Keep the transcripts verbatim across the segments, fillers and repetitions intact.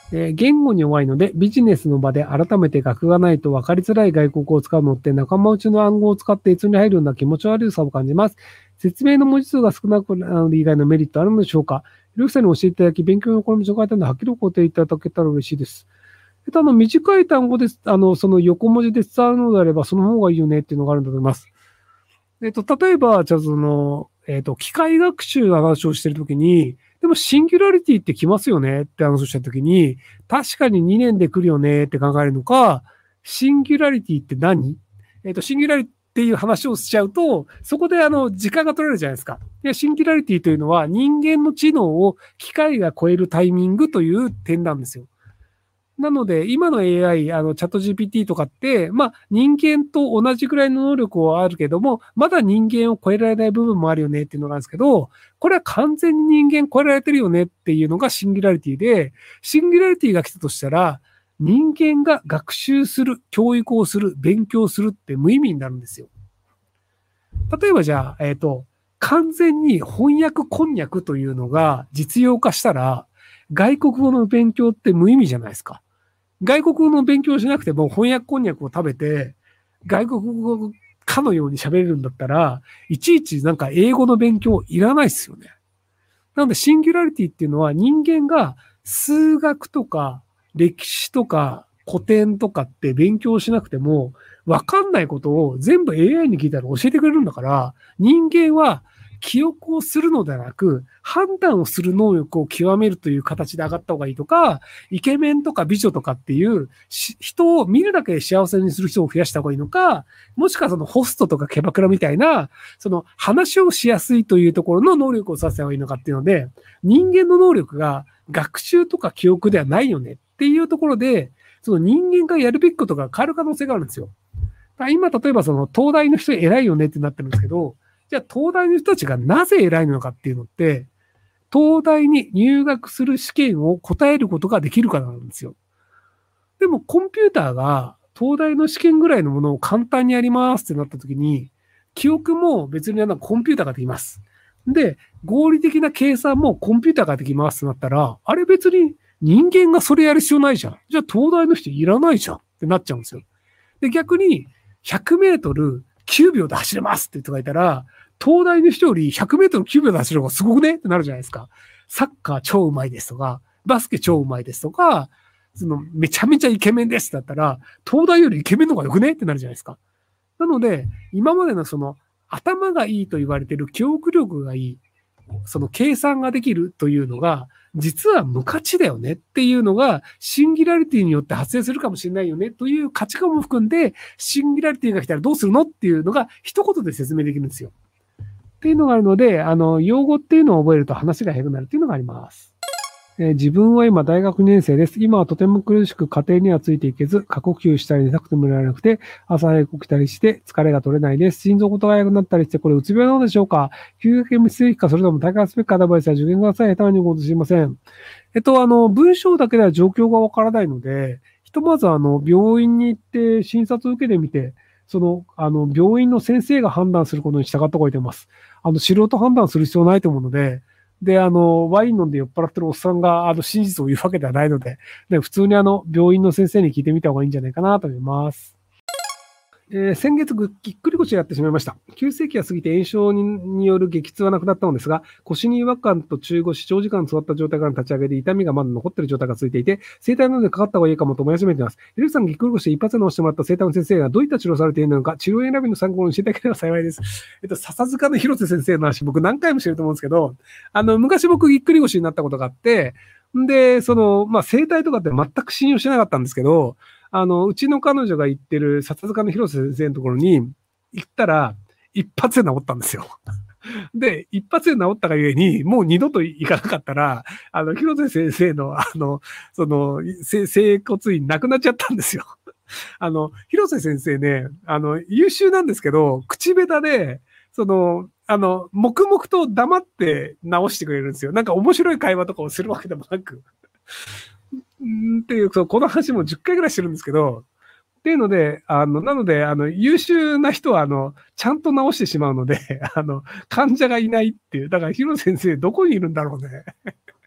えー言語に弱いので、ビジネスの場で改めて学がないと分かりづらい外国語を使うのって仲間内の暗号を使っていつに入るような気持ち悪さを感じます。説明の文字数が少なくなる以外のメリットあるのでしょうか。ひろゆきさんに教えていただき、勉強のこれも紹介したので、はっきりご提いただけたら嬉しいです。えっと、あの、短い単語です。あの、その横文字で伝わるのであれば、その方がいいよねっていうのがあるんだと思います。えっと、例えば、じゃあその、えっと、機械学習の話をしているときに、でもシンギュラリティって来ますよねって話をしたときに、確かににねんで来るよねって考えるのか、シンギュラリティって何？えっと、シンギュラリティっていう話をしちゃうと、そこであの、時間が取れるじゃないですか。で、シンギュラリティというのは人間の知能を機械が超えるタイミングという点なんですよ。なので、今の エーアイ、あの、チャット ジーピーティー とかって、まあ、人間と同じぐらいの能力はあるけども、まだ人間を超えられない部分もあるよねっていうのがあるんですけど、これは完全に人間超えられてるよねっていうのがシンギュラリティで、シンギュラリティが来たとしたら、人間が学習する、教育をする、勉強するって無意味になるんですよ。例えばじゃあ、えっと、完全に翻訳こんにゃくというのが実用化したら、外国語の勉強って無意味じゃないですか。外国語の勉強しなくても翻訳こんにゃくを食べて、外国語かのように喋れるんだったら、いちいちなんか英語の勉強いらないですよね。なので、シンギュラリティっていうのは人間が数学とか歴史とか古典とかって勉強しなくても、わかんないことを全部 エーアイ に聞いたら教えてくれるんだから、人間は記憶をするのではなく、判断をする能力を極めるという形で上がった方がいいとか、イケメンとか美女とかっていう人を見るだけで幸せにする人を増やした方がいいのか、もしくはそのホストとかキャバクラみたいな、その話をしやすいというところの能力をさせた方がいいのかっていうので、人間の能力が学習とか記憶ではないよねっていうところで、その人間がやるべきことが変わる可能性があるんですよ。今、例えばその東大の人偉いよねってなってるんですけど、じゃあ東大の人たちがなぜ偉いのかっていうのって、東大に入学する試験を答えることができるからなんですよ。でもコンピューターが東大の試験ぐらいのものを簡単にやりますってなった時に、記憶も別にコンピューターができます。で、合理的な計算もコンピューターができますってなったら、あれ別に人間がそれやる必要ないじゃん。じゃあ東大の人いらないじゃんってなっちゃうんですよ。で、逆にひゃくメートルきゅうびょうで走れますって人がいたら、東大の人よりひゃくメートルきゅうびょうで走る方がすごくねってなるじゃないですか。サッカー超うまいですとか、バスケ超うまいですとか、そのめちゃめちゃイケメンですだったら、東大よりイケメンの方がよくねってなるじゃないですか。なので、今までのその頭がいいと言われている記憶力がいい、その計算ができるというのが、実は無価値だよねっていうのが、シンギュラリティによって発生するかもしれないよねという価値観も含んで、シンギュラリティが来たらどうするのっていうのが一言で説明できるんですよ。っていうのがあるので、あの、用語っていうのを覚えると話が下手くなるっていうのがあります。えー自分は今大学にねん生です。今はとても苦しく家庭にはついていけず、過呼吸したり寝たくてもいられなくて、朝早く起きたりして疲れが取れないです。心臓ごとが速くなったりして、これうつ病なのでしょうか？休憩も必要か、それとも大学すべきかアドバイスは受験ください。下手にごと知りません。えっと、あの、文章だけでは状況がわからないので、ひとまずあの、病院に行って診察を受けてみて、その、あの、病院の先生が判断することに従っておいてます。あの、素人判断する必要ないと思うので、で、あの、ワイン飲んで酔っ払ってるおっさんが、あの、真実を言うわけではないので、で普通にあの、病院の先生に聞いてみた方がいいんじゃないかなと思います。えー先月ぐ、ぎっくり腰をやってしまいました。急性期が過ぎて炎症にによる激痛はなくなったのですが、腰に違和感と中腰、長時間座った状態からの立ち上げで痛みがまだ残っている状態が続いていて、整体などでかかった方がいいかもと思い始めています。ひろゆきさんがぎっくり腰で一発で治してもらった整体の先生がどういった治療をされているのか、治療選びの参考にしていただければ幸いです。えっと、笹塚の広瀬先生の話、僕何回もしてると思うんですけど、あの、昔僕ぎっくり腰になったことがあって、んで、その、まあ、整体とかって全く信用してなかったんですけど、あの、うちの彼女が行ってる笹塚の広瀬先生のところに行ったら、一発で治ったんですよ。で、一発で治ったがゆえに、もう二度と行かなかったら、あの、広瀬先生の、あの、その、整骨院なくなっちゃったんですよ。あの、広瀬先生ね、あの、優秀なんですけど、口下手で、その、あの、黙々と黙って直してくれるんですよ。なんか面白い会話とかをするわけでもなく。んっていう、そう、この話もじゅっかいぐらいしてるんですけど、っていうので、あの、なので、あの、優秀な人は、あの、ちゃんと直してしまうので、あの、患者がいないっていう、だから、ヒロ先生、どこにいるんだろうね。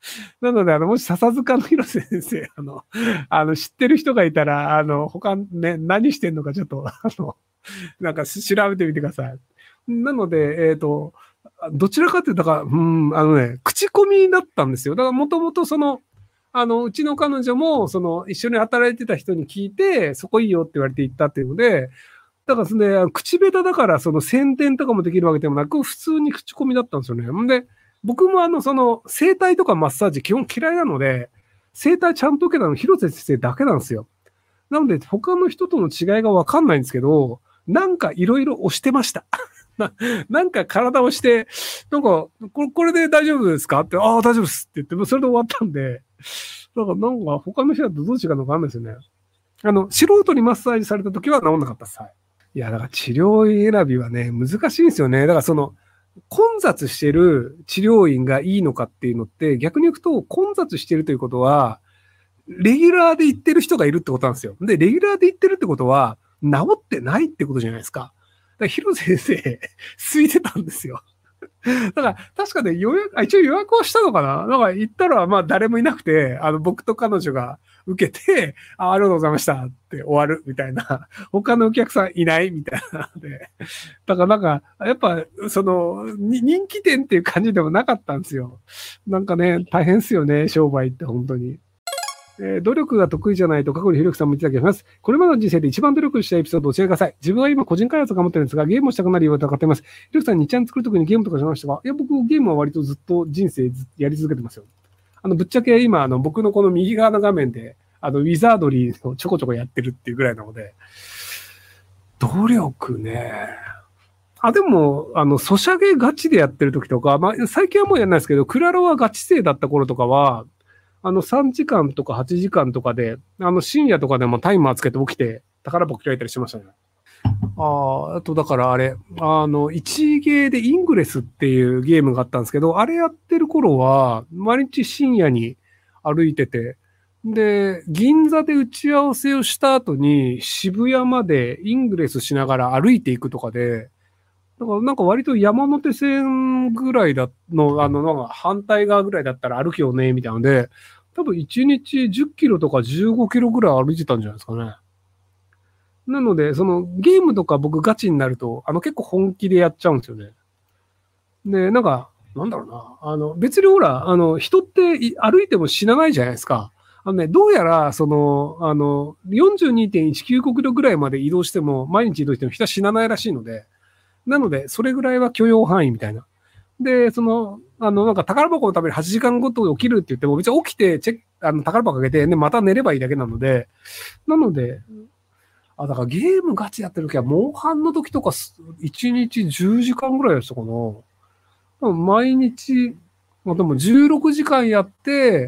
なので、あの、もし笹塚の広瀬先生、あの、あの、知ってる人がいたら、あの、他ね、何してんのかちょっと、あの、なんか調べてみてください。なので、えっと、どちらかというと、だから、うん、あのね、口コミだったんですよ。だから、もともとその、あの、うちの彼女も、その、一緒に働いてた人に聞いて、そこいいよって言われて行ったっていうので、だからですね、口下手だから、その宣伝とかもできるわけでもなく、普通に口コミだったんですよね。んで、僕もあの、その、整体とかマッサージ基本嫌いなので、整体ちゃんと受けたの広瀬先生だけなんですよ。なので、他の人との違いがわかんないんですけど、なんかいろいろ押してました。ななんか体をして、なんか、これこれで大丈夫ですかって、ああ、大丈夫ですって言って、それで終わったんで、だからなんか他の人だとどう違うのかわかんないですよね。あの、素人にマッサージされた時は治んなかったです。はい。いや、だから治療院選びはね、難しいんですよね。だからその、混雑してる治療院がいいのかっていうのって、逆に言うと、混雑してるということは、レギュラーで行ってる人がいるってことなんですよ。で、レギュラーで行ってるってことは、治ってないってことじゃないですか。だから広瀬先生、空いてたんですよ。だから、確かね、予約、あ、一応予約はしたのかな。だから行ったら、まあ誰もいなくて、あの、僕と彼女が受けて、あ、ありがとうございましたって終わるみたいな。他のお客さんいないみたいなので。だからなんか、やっぱ、その、人気店っていう感じでもなかったんですよ。なんかね、大変ですよね、商売って本当に。えー、努力が得意じゃないと過去にひろきさんも言ってた気がします。これまでの人生で一番努力したエピソードを教えてください。自分は今個人開発が持ってるんですが、ゲームをしたくなる理由を伺っています。ひろきさんにちゃん作るときにゲームとかしましたか？いや、僕ゲームは割とずっと人生やり続けてますよ。あの、ぶっちゃけ今、あの、僕のこの右側の画面で、あの、ウィザードリーをちょこちょこやってるっていうぐらいなので、努力ね。あ、でも、あの、ソシャゲガチでやってる時とか、まあ、最近はもうやらないですけど、クラロワガチ勢だった頃とかは、あの、さんじかんとかはちじかんとかで、あの、深夜とかでもタイマーつけて起きて、宝箱開いたりしましたね。ああ、あと、だからあれ、あの、いちゲーでイングレスっていうゲームがあったんですけど、あれやってる頃は、毎日深夜に歩いてて、で、銀座で打ち合わせをした後に渋谷までイングレスしながら歩いていくとかで、だからなんか割と山手線ぐらいだの、あの、なんか反対側ぐらいだったら歩きよね、みたいなので、多分いちにちじゅっキロとかじゅうごキロぐらい歩いてたんじゃないですかね。なので、そのゲームとか僕ガチになると、あの結構本気でやっちゃうんですよね。で、なんか、なんだろうな。あの、別にほら、あの、人って歩いても死なないじゃないですか。あのね、どうやら、その、あの、よんじゅうにてんいちきゅうキロぐらいまで移動しても、毎日移動しても人は死なないらしいので、なので、それぐらいは許容範囲みたいな。で、その、あの、なんか宝箱のためにはちじかんごとに起きるって言っても、別に起きて、チェック、あの、宝箱かけて、ね、また寝ればいいだけなので、なので、あ、だからゲームガチやってる時は、モンハンの時とか、いちにちじゅうじかんぐらいやってたかな。毎日、まあ、でもじゅうろくじかんやって、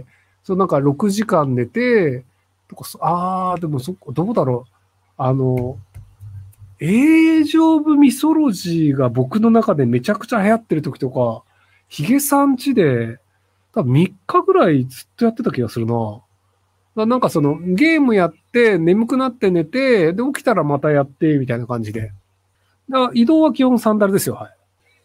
そうなんかろくじかん寝て、とか、ああ、でもそっか、どうだろう。あの、エージオブミソロジーが僕の中でめちゃくちゃ流行ってる時とか、ヒゲさん家で、多分みっかぐらいずっとやってた気がするな。なんかそのゲームやって眠くなって寝て、で起きたらまたやってみたいな感じで。だから移動は基本サンダルですよ。はい。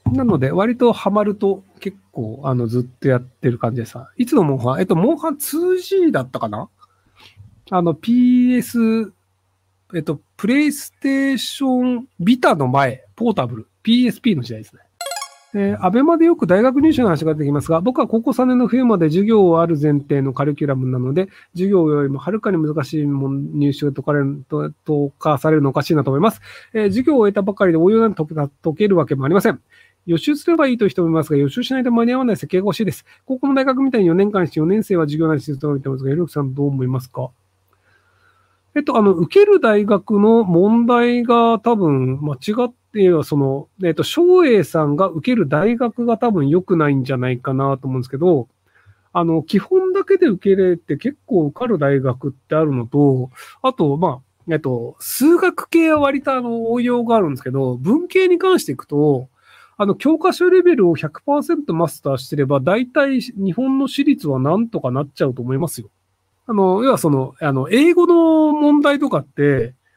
なので割とハマると結構あのずっとやってる感じでさ。いつのモンハンえっと、モンハン ツージー だったかな。あの ピーエス、えっと、プレイステーションビタの前、ポータブル、ピーエスピー の時代ですね。えー、アベマでよく大学入試の話が出てきますが、僕は高校さんねんの冬まで授業ある前提のカリキュラムなので、授業よりもはるかに難しいもん入試が解かれると、とかされるのおかしいなと思います。えー、授業を終えたばかりで応用なんて解けるわけもありません。予習すればいいという人もいますが、予習しないと間に合わない設計が欲しいです。高校の大学みたいによねんかんしてよねん生は授業なりすると言ってますが、ひろきさんどう思いますか？えっと、あの、受ける大学の問題が多分間違っては、その、えっと、翔英さんが受ける大学が多分良くないんじゃないかなと思うんですけど、あの、基本だけで受けれて結構受かる大学ってあるのと、あと、まあ、えっと、数学系は割とあの、応用があるんですけど、文系に関していくと、あの、教科書レベルを ひゃくパーセント マスターしてれば、大体日本の私立はなんとかなっちゃうと思いますよ。あの、要はその、あの、英語の問題とかって、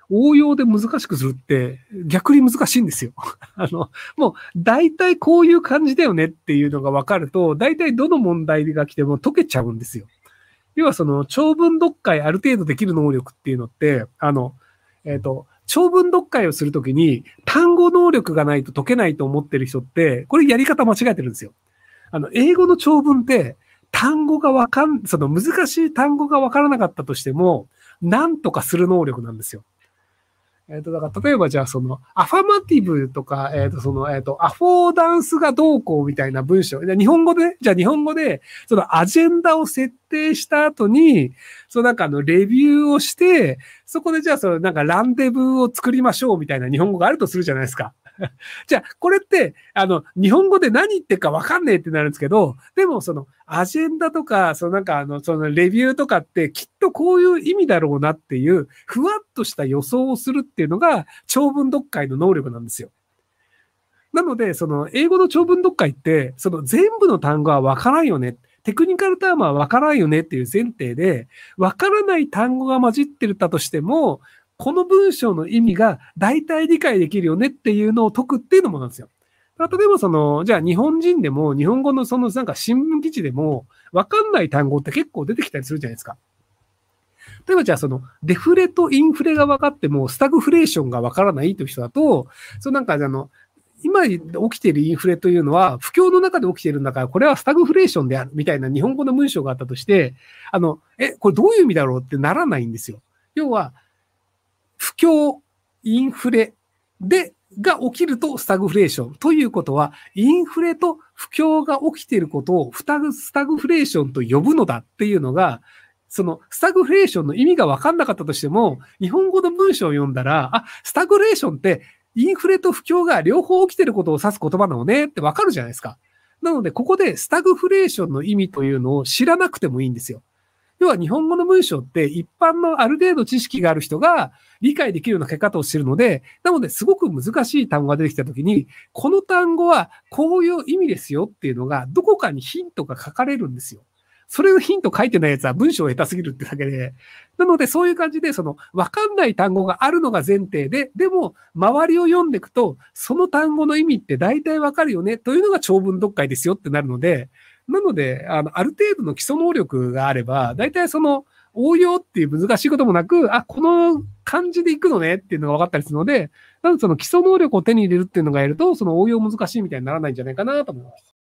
応用で難しくするって逆に難しいんですよ。あの、もう大体こういう感じだよねっていうのが分かると、大体どの問題が来ても解けちゃうんですよ。要はその長文読解ある程度できる能力っていうのって、あの、えっと、長文読解をするときに単語能力がないと解けないと思ってる人って、これやり方間違えてるんですよ。あの、英語の長文って単語がわかん、その難しい単語がわからなかったとしても、なんとかする能力なんですよ。えっと、だから例えばじゃあその、アファマティブとか、えっと、その、えっと、アフォーダンスがどうこうみたいな文章。日本語で、じゃあ日本語で、そのアジェンダを設定した後に、そのなんかあの、レビューをして、そこでじゃあそのなんかランデブーを作りましょうみたいな日本語があるとするじゃないですか。じゃあ、これって、あの、日本語で何言ってるかわかんねえってなるんですけど、でもその、アジェンダとか、そのなんかあの、そのレビューとかってきっとこういう意味だろうなっていう、ふわっとした予想をするっていうのが、長文読解の能力なんですよ。なので、その、英語の長文読解って、その全部の単語はわからんよね。テクニカルタームはわからんよねっていう前提で、わからない単語が混じってたとしても、この文章の意味が大体理解できるよねっていうのを解くっていうのもなんですよ。例えばその、じゃあ日本人でも、日本語のそのなんか新聞記事でも、わかんない単語って結構出てきたりするじゃないですか。例えばじゃあその、デフレとインフレが分かっても、スタグフレーションがわからないという人だと、そのなんかあの、今起きているインフレというのは、不況の中で起きているんだから、これはスタグフレーションであるみたいな日本語の文章があったとして、あの、え、これどういう意味だろうってならないんですよ。要は、不況、インフレで、が起きるとスタグフレーション。ということは、インフレと不況が起きていることをスタグ、スタグフレーションと呼ぶのだっていうのが、そのスタグフレーションの意味が分かんなかったとしても、日本語の文章を読んだら、あ、スタグフレーションってインフレと不況が両方起きていることを指す言葉なのねって分かるじゃないですか。なので、ここでスタグフレーションの意味というのを知らなくてもいいんですよ。要は日本語の文章って一般のある程度知識がある人が理解できるような書き方をしているので、なのですごく難しい単語が出てきたときに、この単語はこういう意味ですよっていうのがどこかにヒントが書かれるんですよ。それのヒント書いてないやつは文章が下手すぎるってだけで。なのでそういう感じで、その分かんない単語があるのが前提で、でも周りを読んでいくと、その単語の意味って大体わかるよねというのが長文読解ですよってなるので、なので、あの、ある程度の基礎能力があれば、大体その応用っていう難しいこともなく、あ、この感じでいくのねっていうのが分かったりするので、なのでその基礎能力を手に入れるっていうのがやると、その応用難しいみたいにならないんじゃないかなと思います。